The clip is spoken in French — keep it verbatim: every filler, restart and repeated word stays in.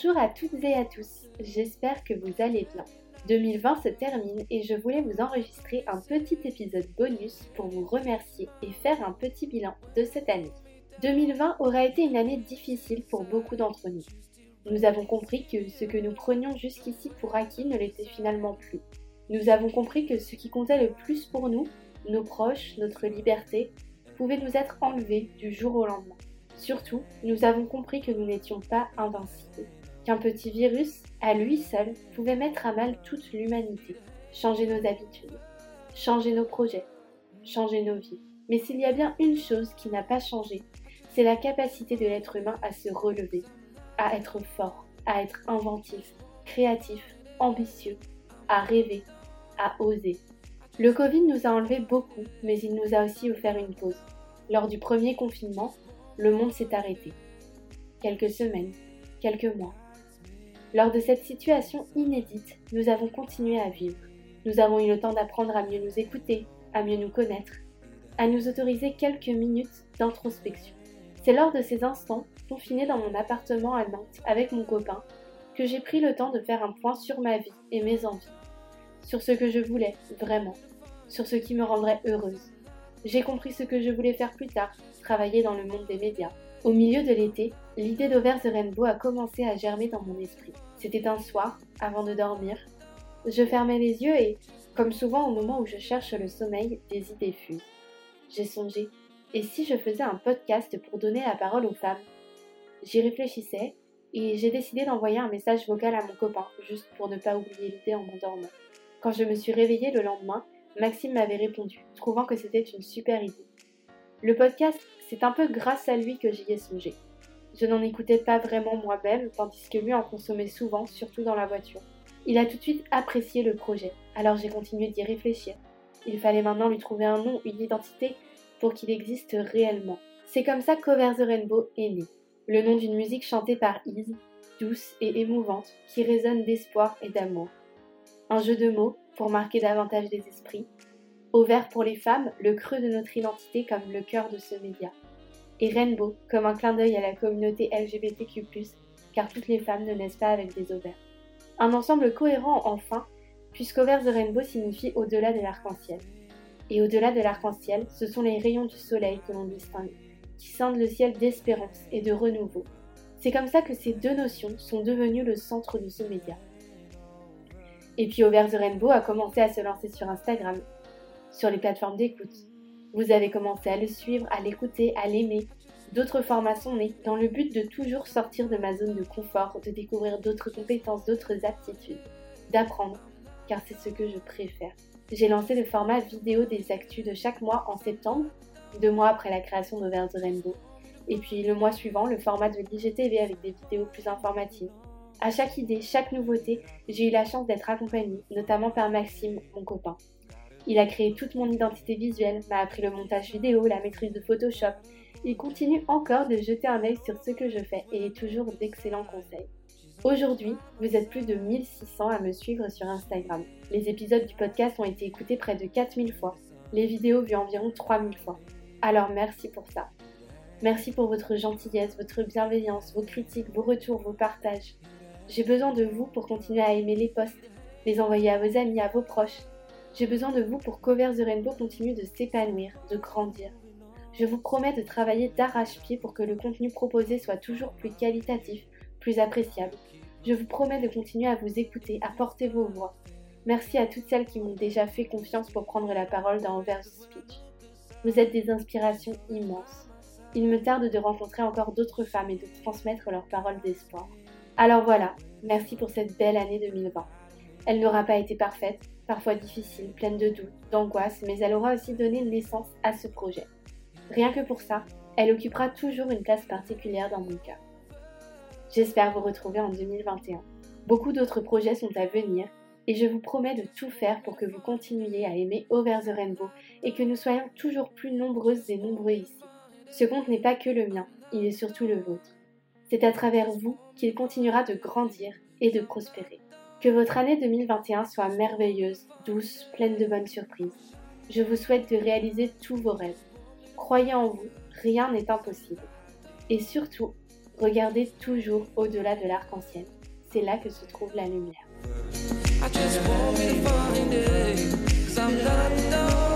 Bonjour à toutes et à tous, j'espère que vous allez bien. deux mille vingt se termine et je voulais vous enregistrer un petit épisode bonus pour vous remercier et faire un petit bilan de cette année. deux mille vingt aura été une année difficile pour beaucoup d'entre nous. Nous avons compris que ce que nous prenions jusqu'ici pour acquis ne l'était finalement plus. Nous avons compris que ce qui comptait le plus pour nous, nos proches, notre liberté, pouvait nous être enlevé du jour au lendemain. Surtout, nous avons compris que nous n'étions pas invincibles, qu'un petit virus, à lui seul, pouvait mettre à mal toute l'humanité, changer nos habitudes, changer nos projets, changer nos vies. Mais s'il y a bien une chose qui n'a pas changé, c'est la capacité de l'être humain à se relever, à être fort, à être inventif, créatif, ambitieux, à rêver, à oser. Le Covid nous a enlevé beaucoup, mais il nous a aussi offert une pause. Lors du premier confinement, le monde s'est arrêté. Quelques semaines, quelques mois. Lors de cette situation inédite, nous avons continué à vivre. Nous avons eu le temps d'apprendre à mieux nous écouter, à mieux nous connaître, à nous autoriser quelques minutes d'introspection. C'est lors de ces instants, confinés dans mon appartement à Nantes avec mon copain, que j'ai pris le temps de faire un point sur ma vie et mes envies, sur ce que je voulais vraiment, sur ce qui me rendrait heureuse. J'ai compris ce que je voulais faire plus tard, travailler dans le monde des médias. Au milieu de l'été, l'idée d'Over the Rainbow a commencé à germer dans mon esprit. C'était un soir, avant de dormir. Je fermais les yeux et, comme souvent au moment où je cherche le sommeil, des idées fusent. J'ai songé, et si je faisais un podcast pour donner la parole aux femmes ? J'y réfléchissais, et j'ai décidé d'envoyer un message vocal à mon copain, juste pour ne pas oublier l'idée en m'endormant. Quand je me suis réveillée le lendemain, Maxime m'avait répondu, trouvant que c'était une super idée. Le podcast, c'est un peu grâce à lui que j'y ai songé. Je n'en écoutais pas vraiment moi-même, tandis que lui en consommait souvent, surtout dans la voiture. Il a tout de suite apprécié le projet, alors j'ai continué d'y réfléchir. Il fallait maintenant lui trouver un nom, une identité, pour qu'il existe réellement. C'est comme ça qu'Over the Rainbow est né. Le nom d'une musique chantée par Iz, douce et émouvante, qui résonne d'espoir et d'amour. Un jeu de mots pour marquer davantage les esprits. Over pour les femmes, le creux de notre identité comme le cœur de ce média. Et Rainbow comme un clin d'œil à la communauté L G B T Q plus, car toutes les femmes ne naissent pas avec des ovaires. Un ensemble cohérent enfin, puisqu'Over the Rainbow signifie au-delà de l'arc-en-ciel. Et au-delà de l'arc-en-ciel, ce sont les rayons du soleil que l'on distingue, qui scindent le ciel d'espérance et de renouveau. C'est comme ça que ces deux notions sont devenues le centre de ce média. Et puis Over the Rainbow a commencé à se lancer sur Instagram, sur les plateformes d'écoute. Vous avez commencé à le suivre, à l'écouter, à l'aimer. D'autres formats sont nées, dans le but de toujours sortir de ma zone de confort, de découvrir d'autres compétences, d'autres aptitudes, d'apprendre, car c'est ce que je préfère. J'ai lancé le format vidéo des actus de chaque mois en septembre, deux mois après la création d'Over the Rainbow. Et puis le mois suivant, le format de l'I G T V avec des vidéos plus informatives. À chaque idée, chaque nouveauté, j'ai eu la chance d'être accompagnée, notamment par Maxime, mon copain. Il a créé toute mon identité visuelle, m'a appris le montage vidéo, la maîtrise de Photoshop. Il continue encore de jeter un œil sur ce que je fais et est toujours d'excellents conseils. Aujourd'hui, vous êtes plus de mille six cents à me suivre sur Instagram. Les épisodes du podcast ont été écoutés près de quatre mille fois, les vidéos vues environ trois mille fois. Alors merci pour ça. Merci pour votre gentillesse, votre bienveillance, vos critiques, vos retours, vos partages. J'ai besoin de vous pour continuer à aimer les posts, les envoyer à vos amis, à vos proches. J'ai besoin de vous pour qu'Over the Rainbow continue de s'épanouir, de grandir. Je vous promets de travailler d'arrache-pied pour que le contenu proposé soit toujours plus qualitatif, plus appréciable. Je vous promets de continuer à vous écouter, à porter vos voix. Merci à toutes celles qui m'ont déjà fait confiance pour prendre la parole dans Over the Speech. Vous êtes des inspirations immenses. Il me tarde de rencontrer encore d'autres femmes et de transmettre leurs paroles d'espoir. Alors voilà, merci pour cette belle année deux mille vingt. Elle n'aura pas été parfaite, parfois difficile, pleine de doutes, d'angoisse, mais elle aura aussi donné naissance à ce projet. Rien que pour ça, elle occupera toujours une place particulière dans mon cœur. J'espère vous retrouver en deux mille vingt et un. Beaucoup d'autres projets sont à venir et je vous promets de tout faire pour que vous continuiez à aimer Over the Rainbow et que nous soyons toujours plus nombreuses et nombreux ici. Ce compte n'est pas que le mien, il est surtout le vôtre. C'est à travers vous qu'il continuera de grandir et de prospérer. Que votre année deux mille vingt et un soit merveilleuse, douce, pleine de bonnes surprises. Je vous souhaite de réaliser tous vos rêves. Croyez en vous, rien n'est impossible. Et surtout, Regardez toujours au-delà de l'arc-en-ciel. C'est là que se trouve la lumière. I just want me to find it, 'cause I'm not alone.